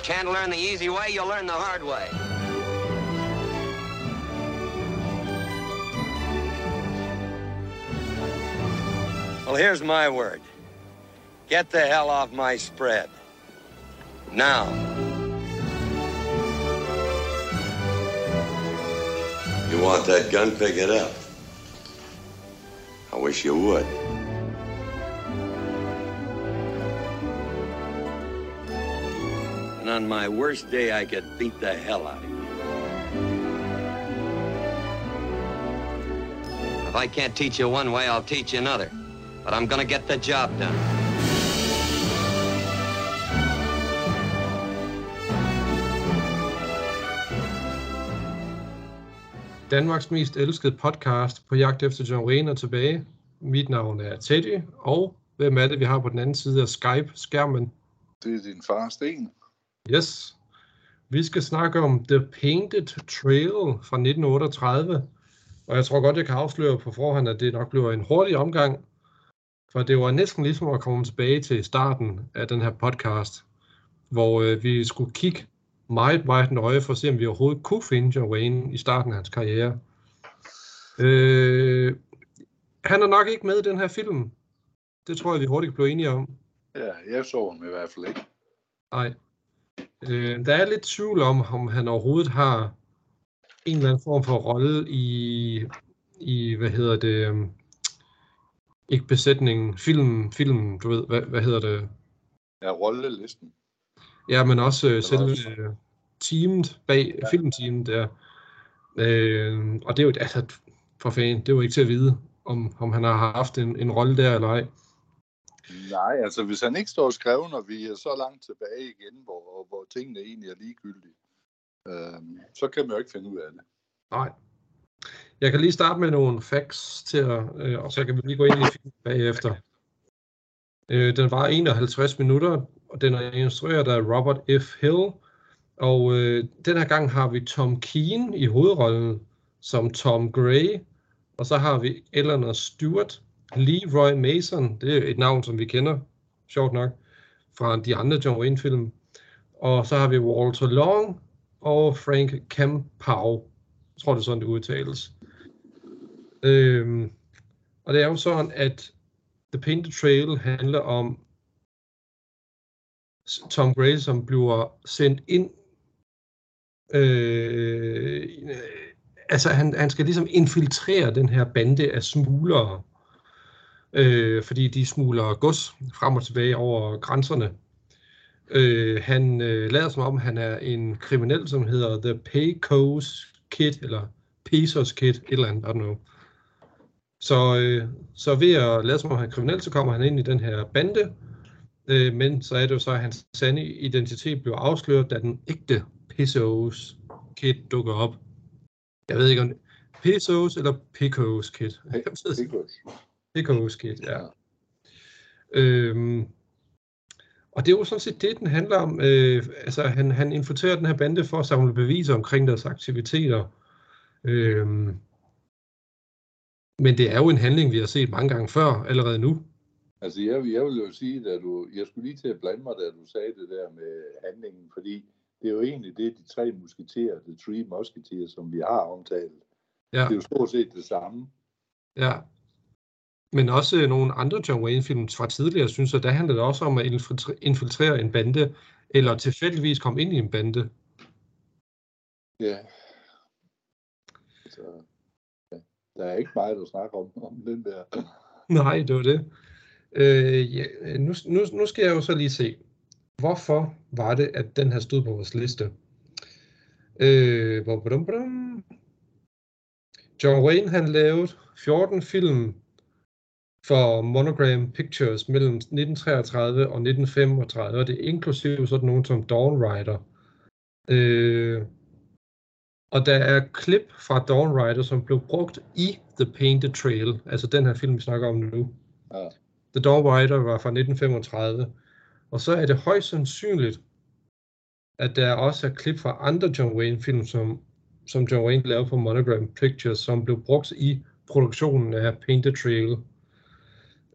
Can't learn the easy way, you'll learn the hard way. Well, here's my word. Get the hell off my spread. Now. You want that gun? Pick it up. I wish you would. And on my worst day, I could beat the hell out of you. If I can't teach you one way, I'll teach you another. But I'm gonna get the job done. Danmarks mest elskede podcast på jagt efter John Wayne er tilbage. Mit navn er Teddy, og hvem er det, vi har på den anden side af Skype-skærmen? Det er din far, Sten. Yes. Vi skal snakke om The Painted Trail fra 1938, og jeg tror godt, jeg kan afsløre på forhånd, at det nok bliver en hurtig omgang, for det var næsten ligesom at komme tilbage til starten af den her podcast, hvor vi skulle kigge meget nøje for at se, om vi overhovedet kunne finde John Wayne i starten af hans karriere. Han er nok ikke med i den her film. Det tror jeg, vi hurtigt kan blive enige om. Ja, jeg så ham i hvert fald ikke. Nej. Der er lidt tvivl om han overhovedet har en eller anden form for rolle i hvad hedder det, ikke besætningen, film, du ved, hvad hedder det? Ja, rollelisten. Ja, men også selve teamet bag, ja. Filmteamet der. Og det er jo, altså, for fanden, det er jo ikke til at vide, om han har haft en rolle der eller ej. Nej, altså hvis han ikke står skrevet, når vi er så langt tilbage igen, hvor tingene egentlig er ligegyldige, så kan man jo ikke finde ud af det. Nej. Jeg kan lige starte med nogle facts til og så kan vi lige gå ind i filmen bagefter. Den var 51 minutter, og den er instrueret af Robert F. Hill. Og den her gang har vi Tom Keen i hovedrollen som Tom Gray. Og så har vi Eleanor Stewart, Leroy Mason, det er et navn, som vi kender, sjovt nok, fra de andre John Wayne-film. Og så har vi Walter Long og Frank Kempow. Jeg tror, det er sådan, det udtales. Og det er jo sådan, at The Painted Trail handler om Tom Gray, som bliver sendt ind. Altså, han skal ligesom infiltrere den her bande af smuglere. Fordi de smugler gods frem og tilbage over grænserne. Han lader som om, han er en kriminel, som hedder The Pecos Kid, eller Pesos Kid, et eller andet, I don't know. Så ved at lade som om, han er kriminel, så kommer han ind i den her bande, men så er det jo så, at hans sande identitet bliver afsløret, da den ægte Pesos Kid dukker op. Jeg ved ikke om Pesos eller Pecos Kid. Pecos Kid, ja. Og det er jo sådan set det, den handler om. Altså, han infiltrerer den her bande for at samle beviser omkring deres aktiviteter. Men det er jo en handling, vi har set mange gange før, allerede nu. Altså, jeg vil jo sige, at jeg skulle lige til at blande mig, da du sagde det der med handlingen, fordi det er jo egentlig det, de tre musketerer, The Three Musketeers, som vi har omtalt. Ja. Det er jo stort set det samme. Ja. Men også nogle andre John Wayne-film fra tidligere, synes jeg, der handler det også om at infiltrere en bande, eller tilfældigvis komme ind i en bande. Ja. Så, ja. Der er ikke meget at snakke om den der. Nej, det var det. Nu skal jeg jo så lige se, hvorfor var det, at den her stod på vores liste. John Wayne, han lavede 14 film for Monogram Pictures mellem 1933 og 1935, og det er inklusive sådan nogen som Dawn Rider. Og der er klip fra Dawn Rider, som blev brugt i The Painted Trail, altså den her film, vi snakker om nu. Ja. The Dawn Rider var fra 1935, og så er det højst sandsynligt, at der også er klip fra andre John Wayne-film, som John Wayne lavede for Monogram Pictures, som blev brugt i produktionen af Painted Trail.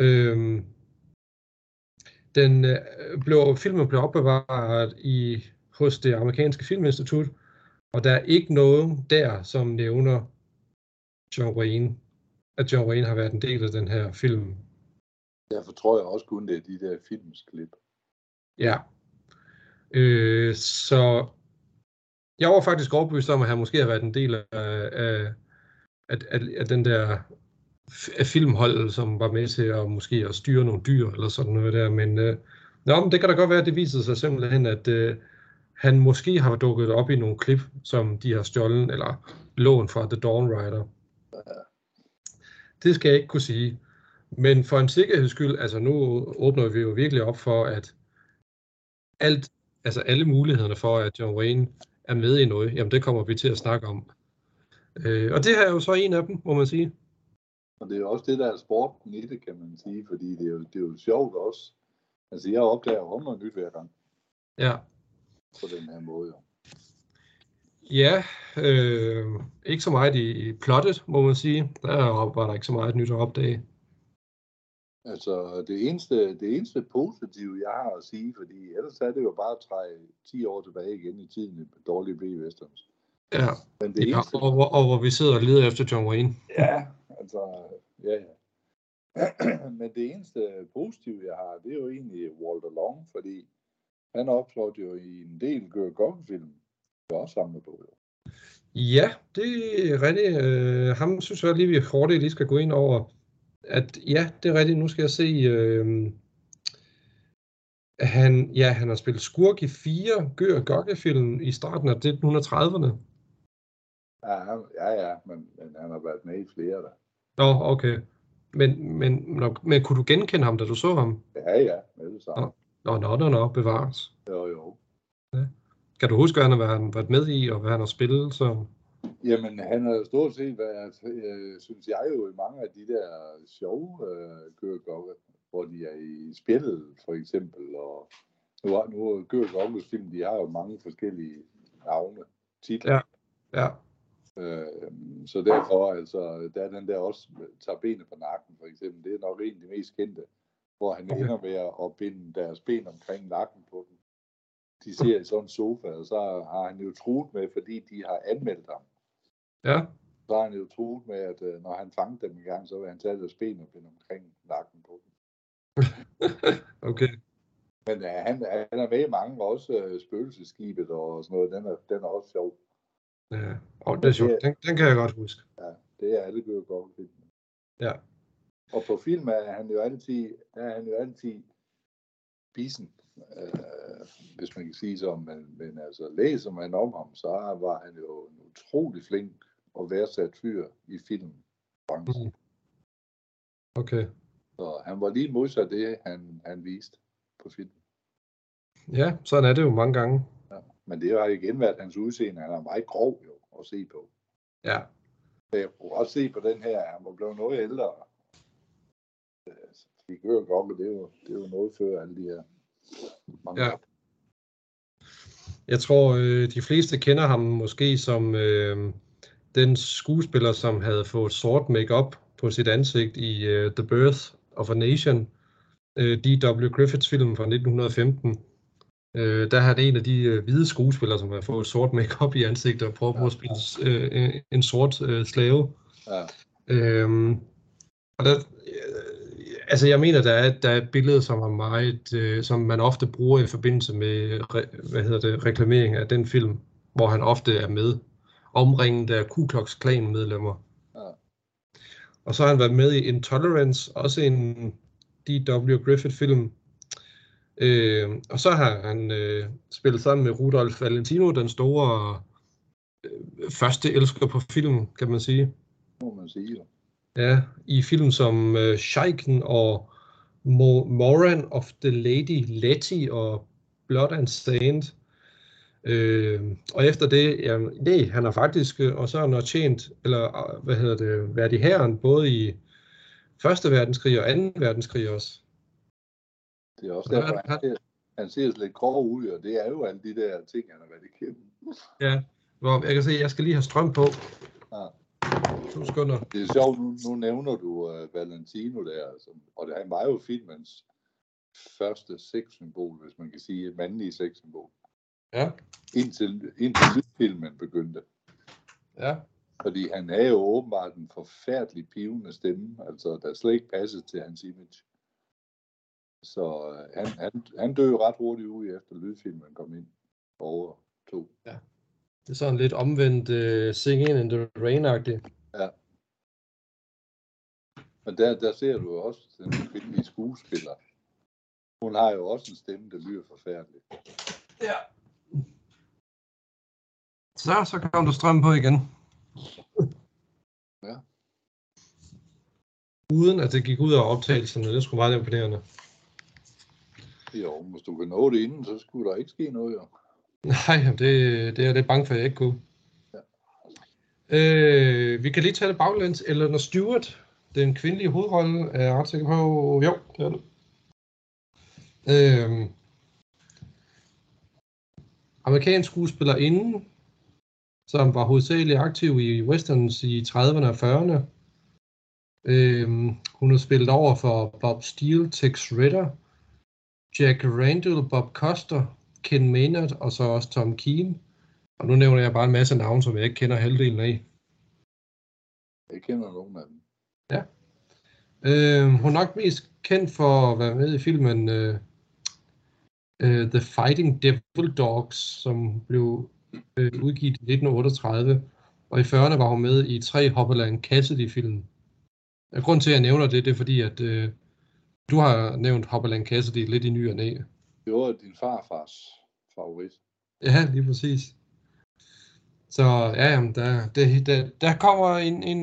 Filmen blev opbevaret i hos det amerikanske filminstitut, og der er ikke noget der, som nævner John Wayne, at John Wayne har været en del af den her film. Derfor tror jeg også kun, det er de der filmsklip. Ja. Så jeg var faktisk overbevist om, at han måske har været en del af den der af filmholdet, som var med til at måske at styre nogle dyr eller sådan noget der, men det kan da godt være, at det viser sig simpelthen, at han måske har dukket op i nogle klip, som de har stjålet eller lånt fra The Dawn Rider. Det skal jeg ikke kunne sige. Men for en sikkerheds skyld, altså nu åbner vi jo virkelig op for, at alle mulighederne for, at John Wayne er med i noget, jamen det kommer vi til at snakke om. Og det her er jo så en af dem, må man sige. Og det er jo også det, der er sporten i det, kan man sige, fordi det er jo sjovt også. Altså jeg opdager 100 nyt hver gang. Ja. På den her måde. Ja, ikke så meget i plottet, må man sige. Der var der ikke så meget nyt at opdage. Altså det eneste positive, jeg har at sige, fordi ellers er det jo bare at træde 10 år tilbage igen i tiden i dårlige B-westerns. Ja, men det eneste... og hvor vi sidder og leder efter John Wayne. Ja, altså, ja. Men det eneste positive, jeg har, det er jo egentlig Walter Long, fordi han optrådte jo i en del Gør Gokke-film, der også samlet på. Ja, det er rigtigt. Ham synes jeg lige, vi hurtigt lige skal gå ind over. At ja, det er rigtigt. Nu skal jeg se... Han har spillet skurk i 4 Gør Gokke-film i starten af 1930'erne. Ja, men han har været med i flere der. Nå, okay. Men kunne du genkende ham, da du så ham? Ja, med det samme. Nå, bevares. Jo. Ja. Kan du huske, hvad han har været med i, og hvad han har spillet? Så... Jamen, han har stort set været, synes jeg jo, i mange af de der sjove Gør Gokke, hvor de er i spillet, for eksempel. Og nu Gør Gokkes film, de har jo mange forskellige navne, titler. Ja. Så derfor, altså, der er den der også, tager benet på nakken, for eksempel. Det er nok en af de mest kendte, hvor han ender med at binde deres ben omkring nakken på dem. De ser i sådan en sofa, og så har han jo truet med, fordi de har anmeldt ham. Ja. Så har han jo truet med, at når han fangede dem en gang, så vil han tage deres ben og binde omkring nakken på dem. Okay. Men han er med i mange, også Spøgelsesskibet og sådan noget. Den er også sjov. Ja, det er sjovt. Den kan jeg godt huske. Ja, det er alle Gør Gokke. Ja. Og på film er han jo altid bissen, hvis man kan sige så, men altså læser man om ham, så var han jo en utrolig flink og værdsat fyr i filmbranchen. Okay. Så han var lige modsat det, han viste på film. Ja, sådan er det jo mange gange. Ja, men det har igen været hans udseende. Han er meget grov jo at se på. Ja. Så jeg kunne også se på den her, han var blevet noget ældre. De Gør Gokke, det er jo noget før alle de her. Ja. Jeg tror, de fleste kender ham måske som den skuespiller, som havde fået sort make-up på sit ansigt i The Birth of a Nation, D.W. Griffiths film fra 1915. Der havde en af de hvide skuespillere, som havde fået sort make-up i ansigtet og prøvet på at spille en sort slave. Ja. Og der, altså jeg mener, der er et billede, som er meget, som man ofte bruger i forbindelse med, reklamering af den film, hvor han ofte er med, omringet af Ku Klux Klan medlemmer. Ja. Og så har han været med i Intolerance, også en D.W. Griffith film. Og så har han spillet sammen med Rudolph Valentino, den store første elsker på film, kan man sige. Må man sige, jo. Ja, i film som Sheiken og Moran of the Lady Letty og Blood and Sand. Og efter det, han har faktisk også tjent, eller været i hæren, både i 1. verdenskrig og 2. verdenskrig også. Det er også derfor, han ser lidt grov ud, og det er jo alle de der ting, han har været igennem. Ja, jeg kan se, jeg skal lige have strøm på. Ja. 2 sekunder. Det er sjovt, nu nævner du Valentino der, og han var jo filmens første sexsymbol, hvis man kan sige, et mandlige sexsymbol. Ja. Indtil filmen begyndte. Ja. Fordi han havde jo åbenbart en forfærdelig pivende stemme, altså der slet ikke passede til hans image. Så han døde ret hurtigt ud efter lydfilmen kom ind over 2. Ja. Det er sådan lidt omvendt Singing in the Rain-agtigt. Ja. Men der ser du også den kvindelige skuespiller. Hun har jo også en stemme, der lyder forfærdeligt. Ja. Så kom der strøm på igen. Ja. Uden at det gik ud af optagelserne, det skulle meget imponerende. Jo, hvis du kan nå det inden, så skulle der ikke ske noget, jo. Nej, det er jeg lidt bange for, at jeg ikke kunne. Ja. Vi kan lige tage det baglæns. Eleanor Stewart, den kvindelige hovedrolle, er jeg ret sikker på. Jo, det er det. Amerikansk skuespillerinde, som var hovedsageligt aktiv i westerns i 30'erne og 40'erne. Hun har spillet over for Bob Steele, Tex Ritter, Jack Randall, Bob Custer, Ken Maynard og så også Tom Keen. Og nu nævner jeg bare en masse navne, som jeg ikke kender halvdelen af. Jeg kender nogen af dem. Ja. Hun er nok mest kendt for at være med i filmen The Fighting Devil Dogs, som blev udgivet i 1938. Og i 40'erne var hun med i 3 Hopalong Cassidy-film. Grunden til, at jeg nævner det, det er fordi, at du har nævnt Hopalong Cassidy lidt i ny og næ. Det var din farfars favorit. Ja, lige præcis. Så ja, der kommer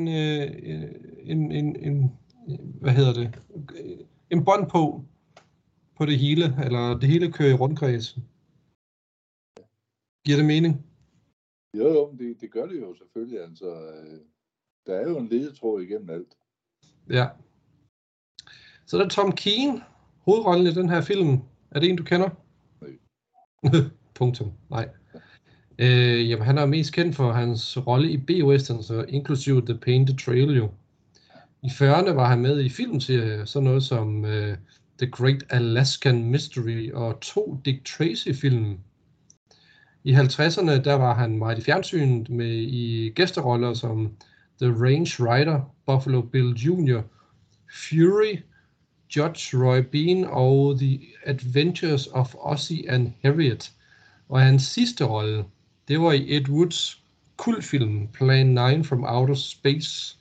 en hvad hedder det? En bånd på det hele, eller det hele kører i rundkreds. Giver det mening? Jo, det gør det jo selvfølgelig. Altså, der er jo en ledetråd igennem alt. Ja. Så der er Tom Keen, hovedrollen i den her film. Er det en, du kender? Nej. Punktum. Nej. Jamen, han er mest kendt for hans rolle i B-westerns, inklusive The Painted Trail jo. I 40'erne var han med i filmserier, sådan noget som The Great Alaskan Mystery og 2 Dick Tracy-film. I 50'erne, der var han meget i fjernsynet med i gæsteroller som The Range Rider, Buffalo Bill Jr., Fury, Judge Roy Bean og The Adventures of Ozzie and Harriet. Og hans sidste rolle, det var i Ed Woods kultfilm Plan 9 from Outer Space.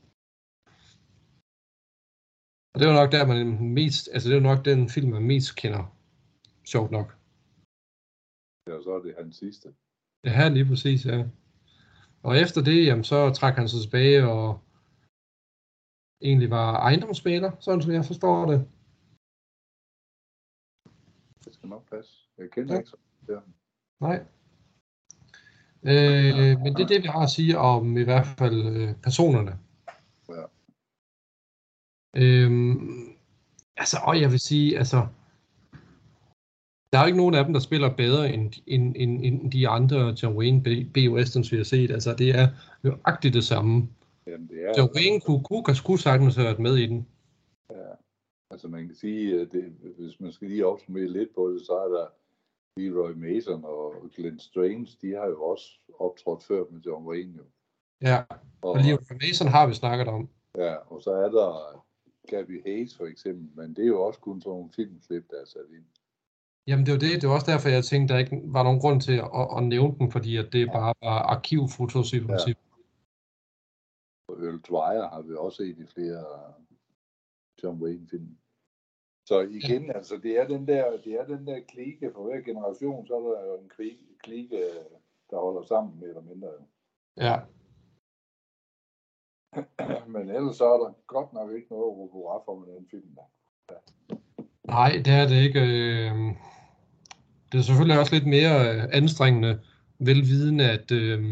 Og det var nok der, man mest, altså det var nok den film, man mest kender. Sjovt nok. Ja, så er det hans sidste. Ja, lige præcis, ja. Og efter det, jamen, så trak han sig tilbage og egentlig var ejendomsmægler, sådan som jeg forstår det. Det skal nok passe. Jeg kender ikke så. Ja. Nej. Men det er det, vi har at sige om i hvert fald personerne. Ja. Altså, og jeg vil sige, altså, der er jo ikke nogen af dem, der spiller bedre end de andre John Wayne B-westerns, vi har set. Altså, det er jo agtigt det samme. Jamen, det er... John Wayne kunne sagtens have været med i den. Ja, altså man kan sige, at hvis man skal lige opsummere lidt på det, så er der Leroy Mason og Glenn Strange, de har jo også optrådt før med John Wayne jo. Ja, og Leroy Mason har vi snakket om. Ja, og så er der Gabby Hayes for eksempel, men det er jo også kun sådan nogle filmklip, der er sat ind. Jamen det var det. Det var også derfor, jeg tænkte, der ikke var nogen grund til at nævne den, fordi at det bare var arkivfotos i princippet. Ja. Og Earl Dwyer har vi også set i flere John Wayne-film. Så igen, altså det er den der klike for hver generation, så er der jo en klike, der holder sammen mere eller mindre. Ja. Men ellers så er der godt nok ikke noget at råbe hurra for med den film der. Ja. Nej, det er det ikke. Det er selvfølgelig også lidt mere anstrengende, velvidende, at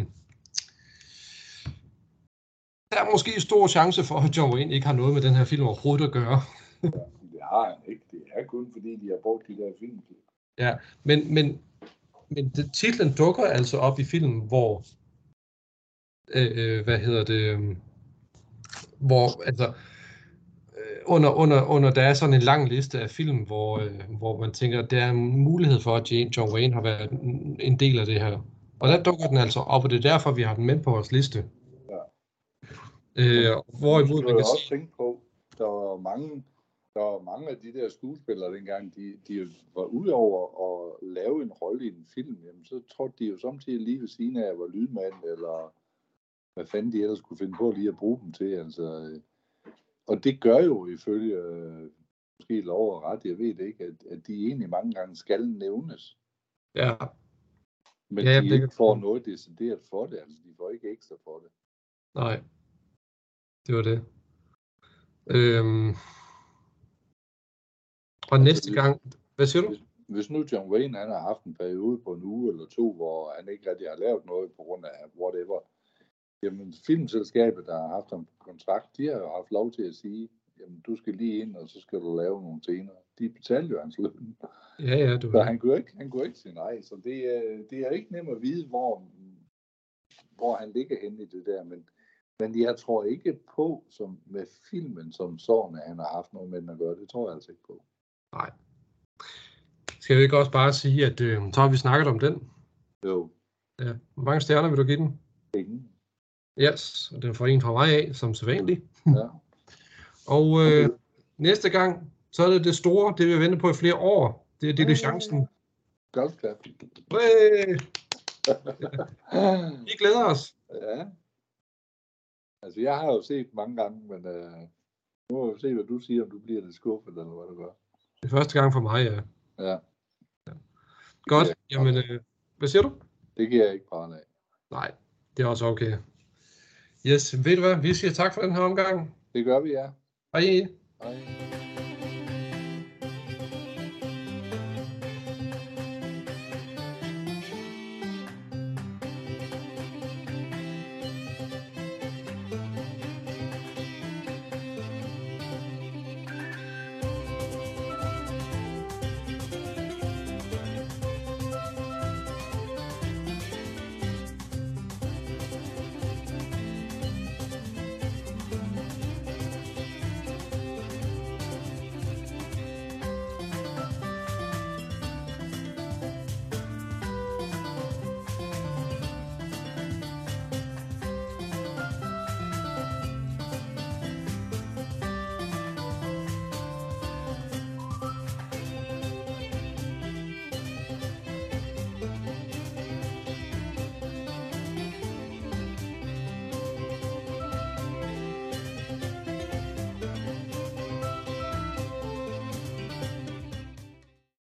der er måske en stor chance for, at John Wayne ikke har noget med den her film overhovedet at gøre. Det har han ikke. Det er kun fordi, de har brugt de der filmklip. Ja, men titlen dukker altså op i filmen, hvor hvor altså under der er sådan en lang liste af film, hvor man tænker, at der er en mulighed for, at John Wayne har været en del af det her. Og der dukker den altså op, og det er derfor, vi har den med på vores liste. Ja. Hvorimod man kan også tænke på, der var mange af de der skuespillere dengang, de var ude over at lave en rolle i en film, jamen, så trådte de jo samtidig lige ved siden af at være lydmand, eller hvad fanden de ellers kunne finde på lige at bruge dem til. Altså, og det gør jo ifølge måske lov og ret, jeg ved det ikke, at de egentlig mange gange skal nævnes. Ja. Men de ikke får noget decideret for det, altså de får ikke ekstra for det. Nej, det var det. Og altså, næste gang, hvad siger du? Hvis nu John Wayne han har haft en periode på en uge eller to, hvor han ikke rigtig har lavet noget på grund af whatever, jamen filmselskabet, der har haft en kontrakt, de har jo haft lov til at sige, jamen du skal lige ind, og så skal du lave nogle scener. De betaler jo hans løn. Ja, du så han kunne ikke sige nej, så det er ikke nemt at vide, hvor han ligger henne i det der, men jeg tror ikke på, som med filmen som sådan, at han har haft noget med den at gøre. Det tror jeg altså ikke på. Nej. Skal vi ikke også bare sige, at så har vi snakket om den? Jo. Ja. Hvor mange stjerner vil du give den? Ingen. Yes, og den får en fra mig af, som sædvanligt. Ja. Og næste gang, så er det store, det vi har ventet på i flere år. Det er chancen. Golfklap. Vi glæder os. Ja. Altså, jeg har jo set mange gange, men nu må vi se, hvad du siger, om du bliver lidt skuffet, eller hvad du gør. Det er første gang for mig, ja. Ja. Godt, jamen, hvad siger du? Det giver jeg ikke bare af. Nej, det er også okay. Yes, ved du hvad, vi siger tak for den her omgang. Det gør vi, ja. Hej. Hej.